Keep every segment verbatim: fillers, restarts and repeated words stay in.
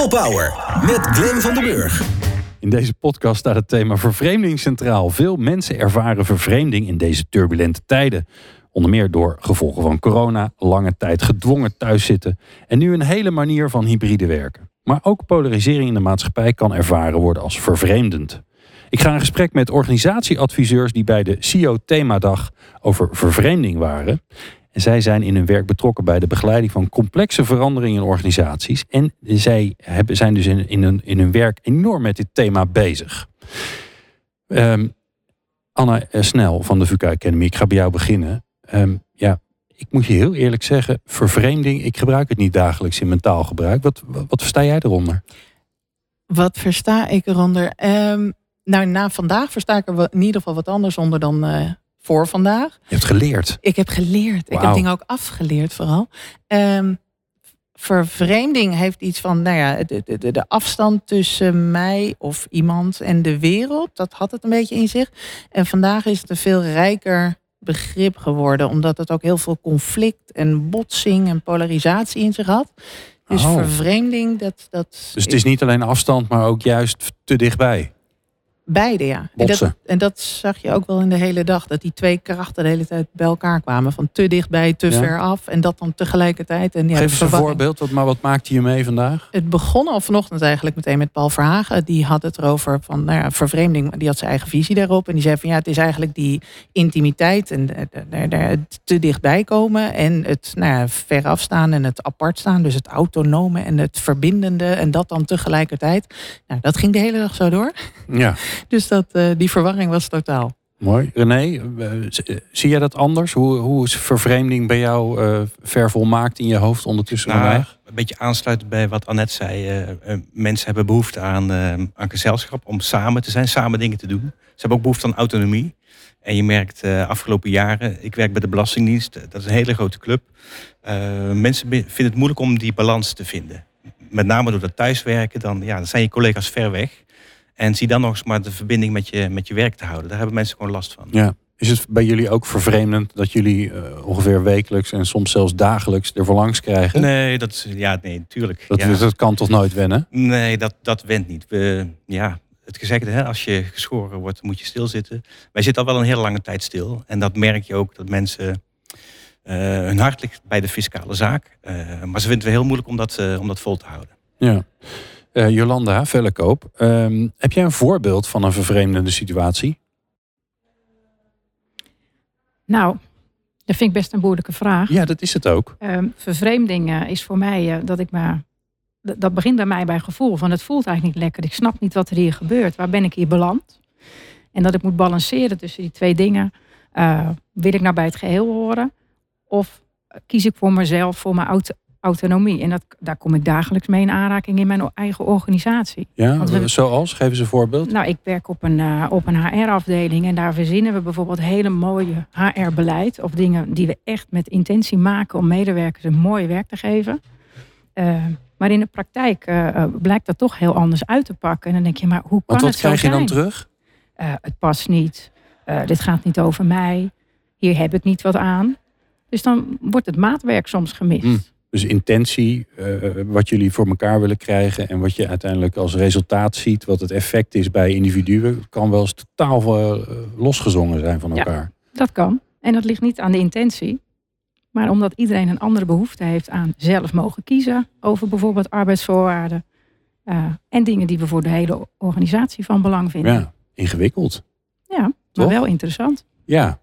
People Power met Glenn van den Burg. In deze podcast staat het thema vervreemding centraal. Veel mensen ervaren vervreemding in deze turbulente tijden. Onder meer door gevolgen van corona, lange tijd gedwongen thuiszitten en nu een hele manier van hybride werken. Maar ook polarisering in de maatschappij kan ervaren worden als vervreemdend. Ik ga in gesprek met organisatieadviseurs die bij de C I O-themadag over vervreemding waren. En zij zijn in hun werk betrokken bij de begeleiding van complexe veranderingen in organisaties. En zij hebben, zijn dus in, in, hun, in hun werk enorm met dit thema bezig. Um, Anna Snel van de V U C A Academy, ik ga bij jou beginnen. Um, ja, ik moet je heel eerlijk zeggen, vervreemding, ik gebruik het niet dagelijks in mijn taalgebruik. Wat, wat, wat versta jij eronder? Wat versta ik eronder? Um, nou, na vandaag versta ik er in ieder geval wat anders onder dan uh, voor vandaag. Je hebt geleerd. Ik heb geleerd. Wow. Ik heb dingen ook afgeleerd vooral. Um, vervreemding heeft iets van, nou ja, de, de, de afstand tussen mij of iemand en de wereld. Dat had het een beetje in zich. En vandaag is het een veel rijker begrip geworden, omdat het ook heel veel conflict en botsing en polarisatie in zich had. Dus oh. vervreemding, dat, dat... Dus het is niet alleen afstand, maar ook juist te dichtbij. Beide, ja. En dat, en dat zag je ook wel in de hele dag. Dat die twee krachten de hele tijd bij elkaar kwamen. Van te dichtbij, te ja. ver af. En dat dan tegelijkertijd. En ja, geef eens een voorbeeld. Wat, maar wat maakte je mee vandaag? Het begon al vanochtend eigenlijk meteen met Paul Verhagen. Die had het erover van nou ja, vervreemding. Die had zijn eigen visie daarop. En die zei van ja, het is eigenlijk die intimiteit. En daar te dichtbij komen. En het nou ja, ver afstaan en het apart staan. Dus het autonome en het verbindende. En dat dan tegelijkertijd. Nou, dat ging de hele dag zo door. Ja. Dus dat, uh, die verwarring was totaal. Mooi. René, uh, zie jij dat anders? Hoe, hoe is vervreemding bij jou uh, vervolmaakt in je hoofd ondertussen? Nou, een beetje aansluitend bij wat Annette zei. Uh, uh, mensen hebben behoefte aan, uh, aan gezelschap, om samen te zijn, samen dingen te doen. Ze hebben ook behoefte aan autonomie. En je merkt uh, afgelopen jaren, ik werk bij de Belastingdienst, dat is een hele grote club. Uh, mensen vinden het moeilijk om die balans te vinden. Met name door dat thuiswerken, dan, ja, dan zijn je collega's ver weg. En zie dan nog eens maar de verbinding met je, met je werk te houden. Daar hebben mensen gewoon last van. Ja. Is het bij jullie ook vervreemdend dat jullie uh, ongeveer wekelijks en soms zelfs dagelijks ervoor langs krijgen? Nee, dat is, ja, nee, natuurlijk. Dat, ja. dat kan toch nooit wennen? Nee, dat, dat went niet. We, ja, het gezegde, hè, als je geschoren wordt, moet je stilzitten. Wij zitten al wel een hele lange tijd stil. En dat merk je ook, dat mensen uh, hun hart ligt bij de fiscale zaak. Uh, maar ze vinden het wel heel moeilijk om dat, uh, om dat vol te houden. Ja. Uh, Jolanda Vellekoop, um, heb jij een voorbeeld van een vervreemdende situatie? Nou, dat vind ik best een moeilijke vraag. Ja, dat is het ook. Um, vervreemding uh, is voor mij uh, dat ik me... D- dat begint bij mij bij gevoel. Van het voelt eigenlijk niet lekker. Ik snap niet wat er hier gebeurt. Waar ben ik hier beland? En dat ik moet balanceren tussen die twee dingen. Uh, wil ik nou bij het geheel horen? Of kies ik voor mezelf, voor mijn auto- autonomie? En dat, daar kom ik dagelijks mee in aanraking in mijn eigen organisatie. Ja, we, zoals? Geef eens een voorbeeld. Nou, ik werk op een, uh, op een H R-afdeling. En daar verzinnen we bijvoorbeeld hele mooie H R-beleid. Of dingen die we echt met intentie maken om medewerkers een mooi werk te geven. Uh, maar in de praktijk uh, blijkt dat toch heel anders uit te pakken. En dan denk je, maar hoe kan Want wat het zo krijg je zijn? dan terug? Uh, het past niet. Uh, dit gaat niet over mij. Hier heb ik niet wat aan. Dus dan wordt het maatwerk soms gemist. Mm. Dus intentie, uh, wat jullie voor elkaar willen krijgen en wat je uiteindelijk als resultaat ziet, wat het effect is bij individuen, kan wel eens totaal uh, losgezongen zijn van elkaar. Ja, dat kan. En dat ligt niet aan de intentie. Maar omdat iedereen een andere behoefte heeft aan zelf mogen kiezen over bijvoorbeeld arbeidsvoorwaarden. Uh, en dingen die we voor de hele organisatie van belang vinden. Ja, ingewikkeld. Ja, maar toch? wel interessant. Ja.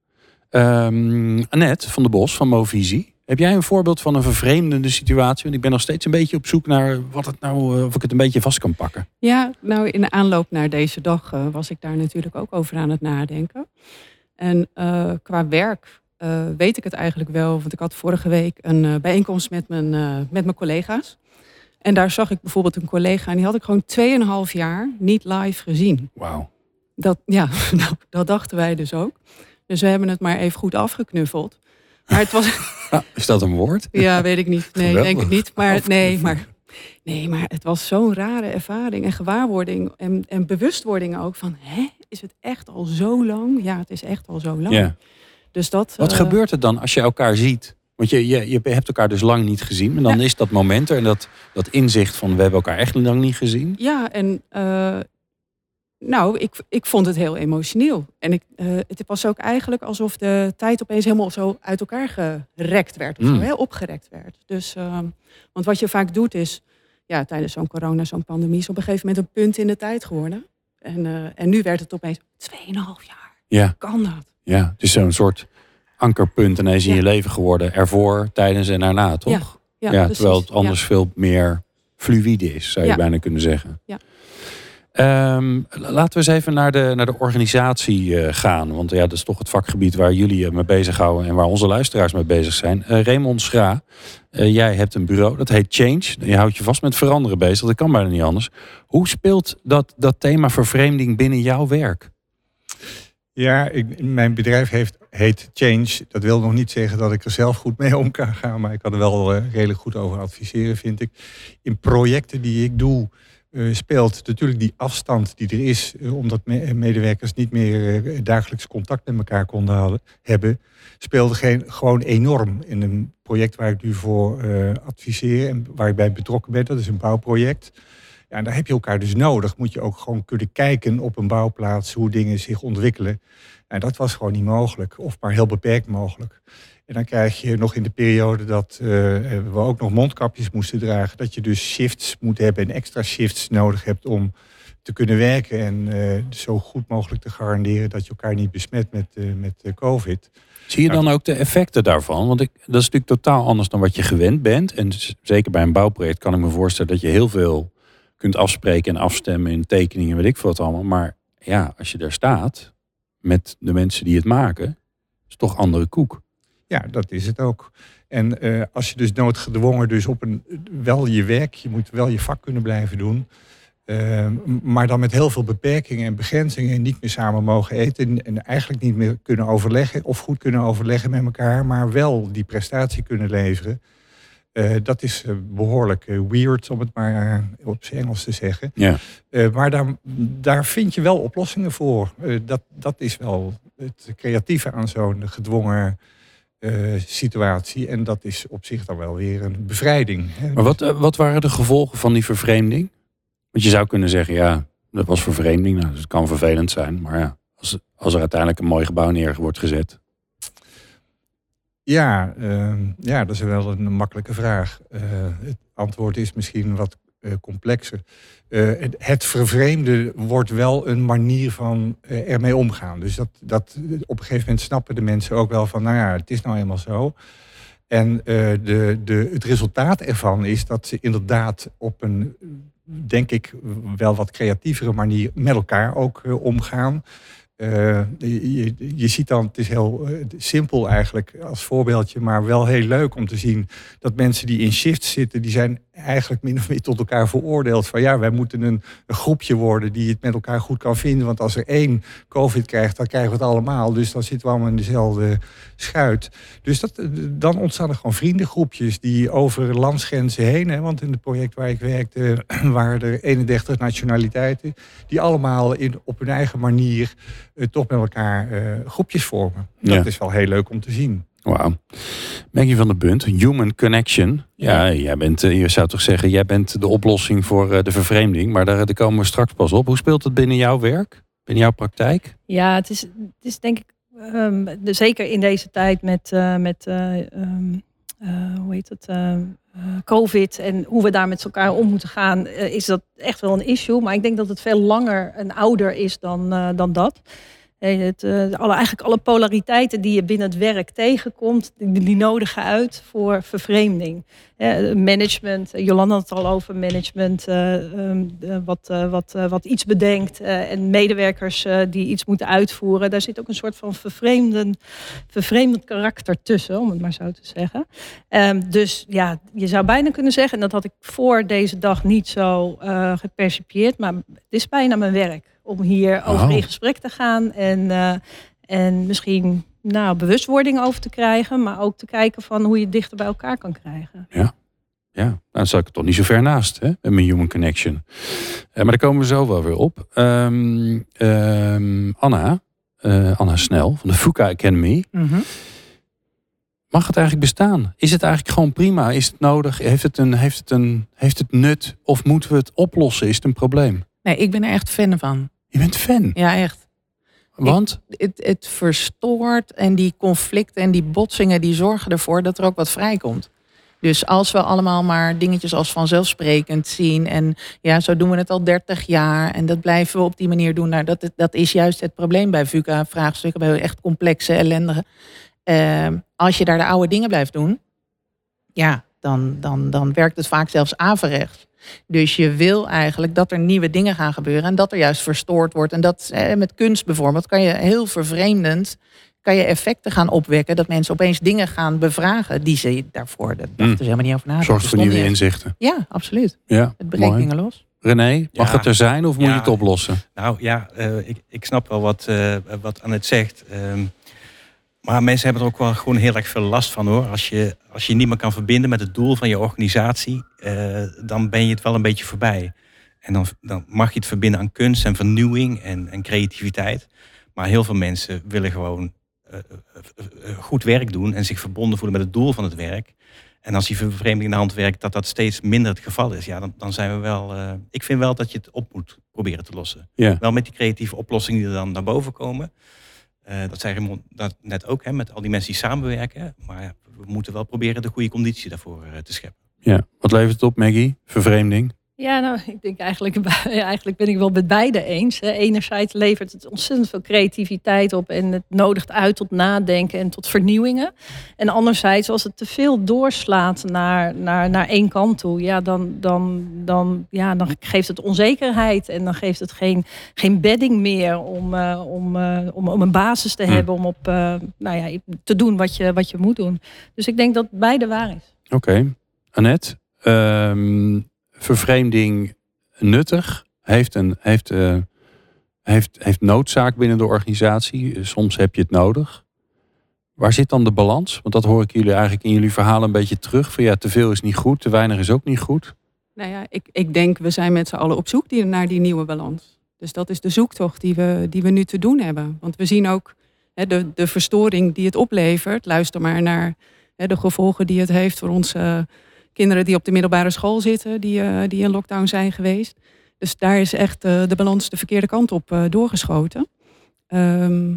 Um, Annette van der Bos van Movisie. Heb jij een voorbeeld van een vervreemdende situatie? Want ik ben nog steeds een beetje op zoek naar wat het nou, of ik het een beetje vast kan pakken. Ja, nou in de aanloop naar deze dag uh, was ik daar natuurlijk ook over aan het nadenken. En uh, qua werk uh, weet ik het eigenlijk wel. Want ik had vorige week een uh, bijeenkomst met mijn, uh, met mijn collega's. En daar zag ik bijvoorbeeld een collega en die had ik gewoon tweeënhalf jaar niet live gezien. Wauw. Dat, ja, nou, dat dachten wij dus ook. Dus we hebben het maar even goed afgeknuffeld. Maar het was... Ah, is dat een woord? Ja, weet ik niet. Nee, denk ik niet. Maar nee, maar, nee, maar het was zo'n rare ervaring en gewaarwording en, en bewustwording ook van, hè, is het echt al zo lang? Ja, het is echt al zo lang. Ja. Dus dat, Wat uh, gebeurt er dan als je elkaar ziet? Want je, je, je hebt elkaar dus lang niet gezien. En dan ja. is dat moment er en dat, dat inzicht van we hebben elkaar echt lang niet gezien. Ja, en uh, nou, ik, ik vond het heel emotioneel. En ik, uh, het was ook eigenlijk alsof de tijd opeens helemaal zo uit elkaar gerekt werd. Of mm. zo, hè, opgerekt werd. Dus, uh, want wat je vaak doet is, ja, tijdens zo'n corona, zo'n pandemie, is op een gegeven moment een punt in de tijd geworden. En, uh, en nu werd het opeens tweeënhalf jaar. Ja. Kan dat? Ja, het is zo'n soort ankerpunt ineens in ja. je leven geworden. Ervoor, tijdens en daarna, toch? Ja, ja, ja terwijl het anders ja. veel meer fluïde is, zou je ja. bijna kunnen zeggen. Ja. Um, laten we eens even naar de, naar de organisatie uh, gaan. Want ja, dat is toch het vakgebied waar jullie mee bezighouden en waar onze luisteraars mee bezig zijn. Uh, Raymond Schra, uh, jij hebt een bureau, dat heet Change. Je houdt je vast met veranderen bezig, dat kan bijna niet anders. Hoe speelt dat, dat thema vervreemding binnen jouw werk? Ja, ik, mijn bedrijf heeft, heet Change. Dat wil nog niet zeggen dat ik er zelf goed mee om kan gaan. Maar ik kan er wel uh, redelijk goed over adviseren, vind ik. In projecten die ik doe, uh, speelt natuurlijk die afstand die er is. Uh, omdat me- medewerkers niet meer uh, dagelijks contact met elkaar konden hadden, hebben. Speelde geen, gewoon enorm. In een project waar ik nu voor uh, adviseer en waar ik bij betrokken ben. Dat is een bouwproject. Ja, en daar heb je elkaar dus nodig. Moet je ook gewoon kunnen kijken op een bouwplaats hoe dingen zich ontwikkelen. En dat was gewoon niet mogelijk. Of maar heel beperkt mogelijk. En dan krijg je nog in de periode dat uh, we ook nog mondkapjes moesten dragen. Dat je dus shifts moet hebben en extra shifts nodig hebt om te kunnen werken. En uh, zo goed mogelijk te garanderen dat je elkaar niet besmet met, uh, met uh, COVID. Zie je dan ook de effecten daarvan? Want ik, dat is natuurlijk totaal anders dan wat je gewend bent. En zeker bij een bouwproject kan ik me voorstellen dat je heel veel kunt afspreken en afstemmen in tekeningen, weet ik veel wat allemaal. Maar ja, als je daar staat met de mensen die het maken, is het toch andere koek. Ja, dat is het ook. En uh, als je dus noodgedwongen dus op een wel je werk, je moet wel je vak kunnen blijven doen, uh, maar dan met heel veel beperkingen en begrenzingen, niet meer samen mogen eten en eigenlijk niet meer kunnen overleggen of goed kunnen overleggen met elkaar, maar wel die prestatie kunnen leveren. Uh, dat is uh, behoorlijk uh, weird, om het maar uh, op zijn Engels te zeggen. Ja. Uh, maar daar, daar vind je wel oplossingen voor. Uh, dat, dat is wel het creatieve aan zo'n gedwongen uh, situatie. En dat is op zich dan wel weer een bevrijding. Hè. Maar wat, uh, wat waren de gevolgen van die vervreemding? Want je zou kunnen zeggen, ja, dat was vervreemding. Nou, dus het kan vervelend zijn. Maar ja, als, als er uiteindelijk een mooi gebouw neer wordt gezet. Ja, uh, ja, dat is wel een makkelijke vraag. Uh, het antwoord is misschien wat uh, complexer. Uh, het, het vervreemden wordt wel een manier van uh, ermee omgaan. Dus dat, dat op een gegeven moment snappen de mensen ook wel van, nou ja, het is nou eenmaal zo. En uh, de, de, het resultaat ervan is dat ze inderdaad op een, denk ik, wel wat creatievere manier met elkaar ook uh, omgaan. Uh, je, je ziet dan, het is heel uh, simpel eigenlijk als voorbeeldje, maar wel heel leuk om te zien dat mensen die in shifts zitten, die zijn eigenlijk min of meer tot elkaar veroordeeld. Van ja, wij moeten een, een groepje worden die het met elkaar goed kan vinden. Want als er één COVID krijgt, dan krijgen we het allemaal. Dus dan zitten we allemaal in dezelfde schuit. Dus dat, dan ontstaan er gewoon vriendengroepjes die over landsgrenzen heen, hè, want in het project waar ik werkte waren er eenendertig nationaliteiten die allemaal in, op hun eigen manier uh, toch met elkaar uh, groepjes vormen. Dat ja. is wel heel leuk om te zien. Wauw. Maggie van der Bunt, Human Connection. Ja, jij bent, je zou toch zeggen, jij bent de oplossing voor de vervreemding. Maar daar, daar komen we straks pas op. Hoe speelt het binnen jouw werk? Binnen jouw praktijk? Ja, het is, het is denk ik, um, de, zeker in deze tijd met, uh, met uh, um, uh, hoe heet het, uh, uh, COVID en hoe we daar met elkaar om moeten gaan, uh, is dat echt wel een issue. Maar ik denk dat het veel langer en ouder is dan, uh, dan dat. Het, uh, alle, eigenlijk alle polariteiten die je binnen het werk tegenkomt, die, die nodigen uit voor vervreemding. Uh, management, Jolanda had het al over management, uh, um, uh, wat, uh, wat, uh, wat iets bedenkt uh, en medewerkers uh, die iets moeten uitvoeren. Daar zit ook een soort van vervreemdend, vervreemdend karakter tussen, om het maar zo te zeggen. Um, dus ja, je zou bijna kunnen zeggen, en dat had ik voor deze dag niet zo uh, gepercipieerd, maar het is bijna mijn werk om hier over oh. in gesprek te gaan en, uh, en misschien nou, bewustwording over te krijgen, maar ook te kijken van hoe je het dichter bij elkaar kan krijgen. Ja, ja. Nou, dan sta ik er toch niet zo ver naast, hè, met mijn Human Connection. Uh, maar daar komen we zo wel weer op. Um, um, Anna, uh, Anna Snel van de Fuka Academy. Mm-hmm. Mag het eigenlijk bestaan? Is het eigenlijk gewoon prima? Is het nodig? Heeft het, een, heeft het, een, heeft het nut? Of moeten we het oplossen? Is het een probleem? Nee, ik ben er echt fan van. Je bent fan? Ja, echt. Want? Ik, het, het verstoort en die conflicten en die botsingen die zorgen ervoor dat er ook wat vrijkomt. Dus als we allemaal maar dingetjes als vanzelfsprekend zien en ja, zo doen we het al dertig jaar en dat blijven we op die manier doen. Nou, dat, dat is juist het probleem bij VUCA-vraagstukken, bij echt complexe, ellendige. Uh, als je daar de oude dingen blijft doen, ja, dan, dan, dan werkt het vaak zelfs averechts. Dus je wil eigenlijk dat er nieuwe dingen gaan gebeuren en dat er juist verstoord wordt. En dat eh, met kunst bijvoorbeeld kan je heel vervreemdend, kan je effecten gaan opwekken dat mensen opeens dingen gaan bevragen die ze daarvoor, daar dachten Mm. ze helemaal niet over na. Zorgt voor nieuwe inzichten. Ja, absoluut. Ja, het breekt mooi. dingen los. René, mag Ja. het er zijn of moet Ja. je het oplossen? Nou ja, uh, ik, ik snap wel wat, uh, wat Annette zegt. Um, maar mensen hebben er ook wel gewoon heel erg veel last van hoor. Als je, als je niet meer kan verbinden met het doel van je organisatie, uh, dan ben je het wel een beetje voorbij. En dan, dan mag je het verbinden aan kunst en vernieuwing en, en creativiteit. Maar heel veel mensen willen gewoon uh, uh, uh, goed werk doen en zich verbonden voelen met het doel van het werk. En als die vervreemding in de hand werkt, dat dat steeds minder het geval is. Ja, dan, dan zijn we wel. Uh, ik vind wel dat je het op moet proberen te lossen. Ja. Wel met die creatieve oplossingen die er dan naar boven komen. Uh, dat zei Raymond dat net ook, hè, met al die mensen die samenwerken. Maar ja, we moeten wel proberen de goede conditie daarvoor uh, te scheppen. Ja, wat levert het op, Maggie? Vervreemding? Ja, nou, ik denk eigenlijk, ja, eigenlijk ben ik wel met beide eens. Hè. Enerzijds levert het ontzettend veel creativiteit op en het nodigt uit tot nadenken en tot vernieuwingen. En anderzijds, als het te veel doorslaat naar, naar, naar één kant toe, ja, dan, dan, dan, ja, dan geeft het onzekerheid en dan geeft het geen, geen bedding meer om, uh, om, uh, om, om een basis te Hm. hebben om op, uh, nou ja, te doen wat je, wat je moet doen. Dus ik denk dat beide waar is. Oké. Okay. Annette, um... vervreemding nuttig, heeft, een, heeft, uh, heeft, heeft noodzaak binnen de organisatie. Soms heb je het nodig. Waar zit dan de balans? Want dat hoor ik jullie eigenlijk in jullie verhalen een beetje terug. Van ja, te veel is niet goed, te weinig is ook niet goed. Nou ja, ik, ik denk we zijn met z'n allen op zoek naar die nieuwe balans. Dus dat is de zoektocht die we, die we nu te doen hebben. Want we zien ook hè, de, de verstoring die het oplevert. Luister maar naar hè, de gevolgen die het heeft voor onze uh, kinderen die op de middelbare school zitten, die, uh, die in lockdown zijn geweest. Dus daar is echt uh, de balans de verkeerde kant op uh, doorgeschoten. Um,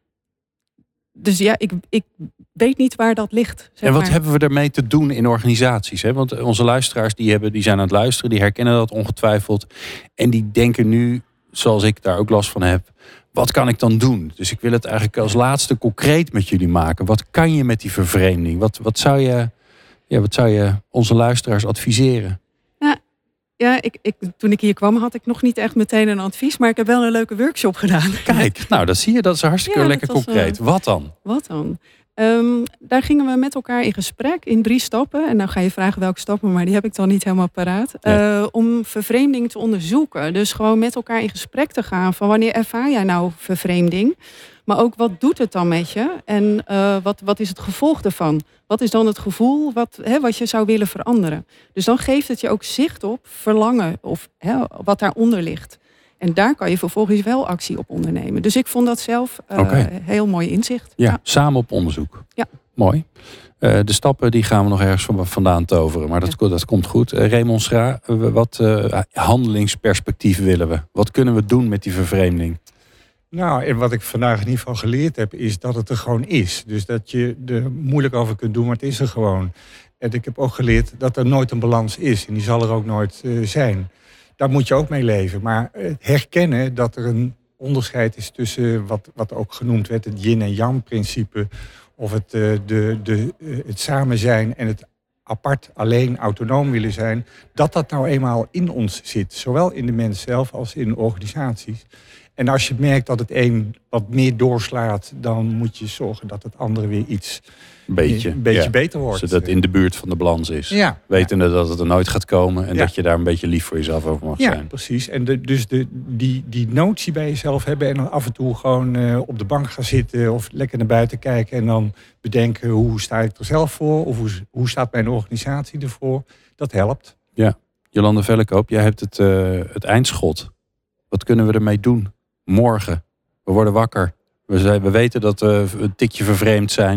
dus ja, ik, ik weet niet waar dat ligt. Zeg en wat maar. hebben we ermee te doen in organisaties? Hè? Want onze luisteraars die, hebben, die zijn aan het luisteren, die herkennen dat ongetwijfeld. En die denken nu, zoals ik daar ook last van heb, wat kan ik dan doen? Dus ik wil het eigenlijk als laatste concreet met jullie maken. Wat kan je met die vervreemding? Wat, wat, zou, je, ja, wat zou je onze luisteraars adviseren? Ja, ja ik, ik, toen ik hier kwam had ik nog niet echt meteen een advies. Maar ik heb wel een leuke workshop gedaan. Kijk, nou dat zie je. Dat is hartstikke Ja, lekker dat was, concreet. uh, Wat dan? Wat dan? Um, daar gingen we met elkaar in gesprek in drie stappen. En dan ga je vragen welke stappen, maar die heb ik dan niet helemaal paraat. Nee. Uh, om vervreemding te onderzoeken. Dus gewoon met elkaar in gesprek te gaan van wanneer ervaar jij nou vervreemding? Maar ook wat doet het dan met je? En uh, wat, wat is het gevolg daarvan? Wat is dan het gevoel wat, hè, wat je zou willen veranderen? Dus dan geeft het je ook zicht op verlangen of hè, wat daaronder ligt. En daar kan je vervolgens wel actie op ondernemen. Dus ik vond dat zelf uh, Okay. heel mooi inzicht. Ja, Ja. samen op onderzoek. Ja. Mooi. Uh, de stappen die gaan we nog ergens vandaan toveren. Maar dat, dat komt goed. Uh, Raymond Schra, uh, wat uh, handelingsperspectief willen we? Wat kunnen we doen met die vervreemding? Nou, en wat ik vandaag in ieder geval geleerd heb, is dat het er gewoon is. Dus dat je er moeilijk over kunt doen, maar het is er gewoon. En ik heb ook geleerd dat er nooit een balans is. En die zal er ook nooit uh, zijn. Daar moet je ook mee leven. Maar herkennen dat er een onderscheid is tussen wat, wat ook genoemd werd, het yin en yang principe, of het, uh, de, de, uh, het samen zijn en het apart, alleen, autonoom willen zijn, dat dat nou eenmaal in ons zit. Zowel in de mens zelf als in organisaties. En als je merkt dat het een wat meer doorslaat, dan moet je zorgen dat het andere weer iets Beetje, een beetje ja. beter wordt. Zodat het in de buurt van de balans is. Ja. Wetende dat het er nooit gaat komen. En Ja. dat je daar een beetje lief voor jezelf over mag Ja, zijn. precies. En de, dus de, die, die notie bij jezelf hebben en dan af en toe gewoon uh, op de bank gaan zitten of lekker naar buiten kijken en dan bedenken hoe sta ik er zelf voor of hoe, hoe staat mijn organisatie ervoor. Dat helpt. Ja. Jolande Vellekoop, jij hebt het, uh, het eindschot. Wat kunnen we ermee doen? Morgen. We worden wakker. We, zijn, we weten dat we een tikje vervreemd zijn.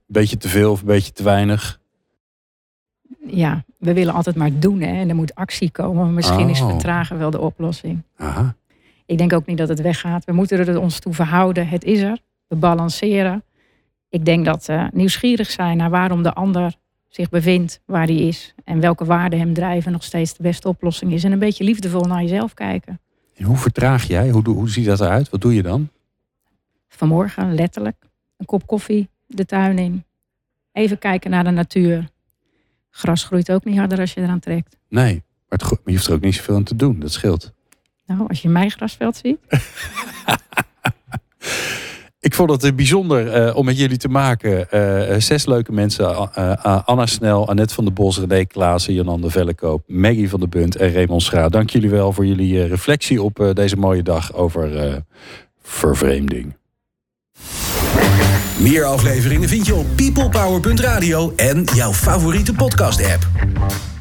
beetje te veel of een beetje te weinig? Ja, we willen altijd maar doen hè? En er moet actie komen. Maar misschien Oh. is vertragen wel de oplossing. Aha. Ik denk ook niet dat het weggaat. We moeten er ons toe verhouden. Het is er. We balanceren. Ik denk dat uh, nieuwsgierig zijn naar waarom de ander zich bevindt waar hij is. En welke waarden hem drijven nog steeds de beste oplossing is. En een beetje liefdevol naar jezelf kijken. En hoe vertraag jij? Hoe, doe- hoe ziet dat eruit? Wat doe je dan? Vanmorgen letterlijk. Een kop koffie, de tuin in. Even kijken naar de natuur. Gras groeit ook niet harder als je eraan trekt. Nee, maar, het, gro- maar je hoeft er ook niet zoveel aan te doen. Dat scheelt. Nou, als je mijn grasveld ziet. Ik vond het uh, bijzonder uh, om met jullie te maken. Uh, zes leuke mensen. Uh, uh, Anna Snel, Annette van der Bos, René Klaassen, Jolande Vellekoop, Maggie van der Bunt en Raymond Schra. Dank jullie wel voor jullie uh, reflectie op uh, deze mooie dag over uh, vervreemding. Meer afleveringen vind je op peoplepower punt radio en jouw favoriete podcast app.